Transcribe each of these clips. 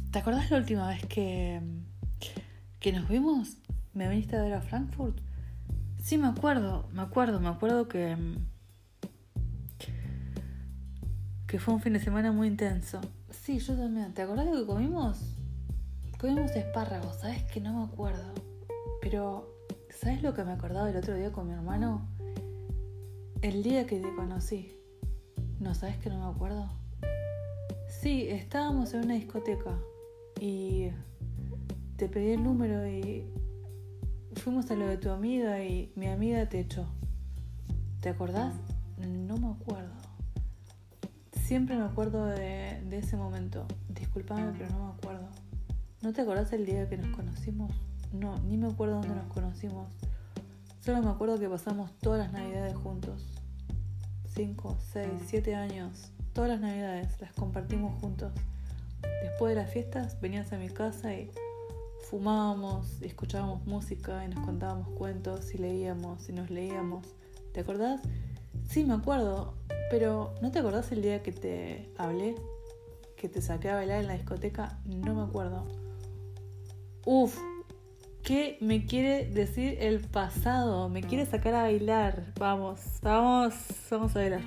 ¿Te acordás la última vez que nos vimos? ¿Me viniste a ver a Frankfurt? Sí, me acuerdo que fue un fin de semana muy intenso. Sí, yo también. ¿Te acordás lo que comimos? Comimos espárragos, ¿sabes? Que no me acuerdo. Pero, ¿sabes lo que me acordaba el otro día con mi hermano? El día que te conocí. ¿No sabes que no me acuerdo? Sí, estábamos en una discoteca y te pedí el número y fuimos a lo de tu amiga y mi amiga te echó. ¿Te acordás? No me acuerdo. Siempre me acuerdo de ese momento. Disculpame, pero no me acuerdo. ¿No te acordás el día que nos conocimos? No, ni me acuerdo dónde nos conocimos. Solo me acuerdo que pasamos todas las navidades juntos. 5, 6, 7 años. Todas las navidades las compartimos juntos. Después de las fiestas venías a mi casa y fumábamos, y escuchábamos música y nos contábamos cuentos y leíamos y nos leíamos. ¿Te acordás? Sí, me acuerdo. Pero ¿no te acordás el día que te hablé? Que te saqué a bailar en la discoteca. No me acuerdo. Uf, ¿qué me quiere decir el pasado? Me quiere sacar a bailar. Vamos a bailar.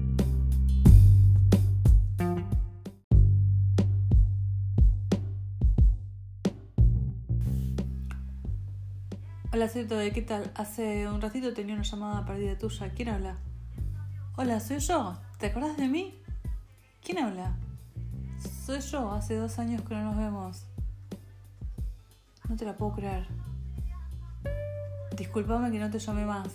Hola, soy Tobe, ¿qué tal? Hace un ratito tenía una llamada perdida tuya. ¿Quién habla? Hola, soy yo. ¿Te acordás de mí? ¿Quién habla? Soy yo. Hace 2 años que no nos vemos. No te la puedo creer. Disculpame que no te llamé más.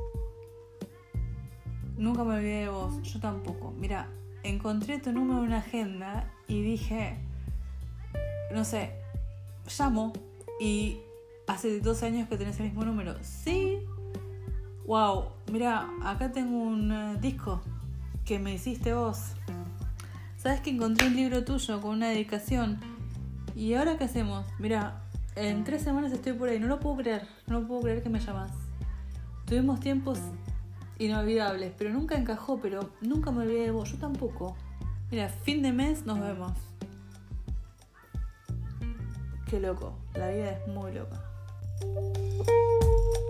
Nunca me olvidé de vos. Yo tampoco. Mira, encontré tu número en una agenda y dije, no sé, llamo y hace 2 años que tenés el mismo número. Sí. Wow, mira, acá tengo un disco que me hiciste vos. ¿Sabes que encontré un libro tuyo con una dedicación? ¿Y ahora qué hacemos? Mira, en 3 semanas estoy por ahí. No lo puedo creer que me llamas. Tuvimos tiempos inolvidables, pero nunca encajó, pero nunca me olvidé de vos. Yo tampoco. Mira, fin de mes nos vemos. Qué loco, la vida es muy loca.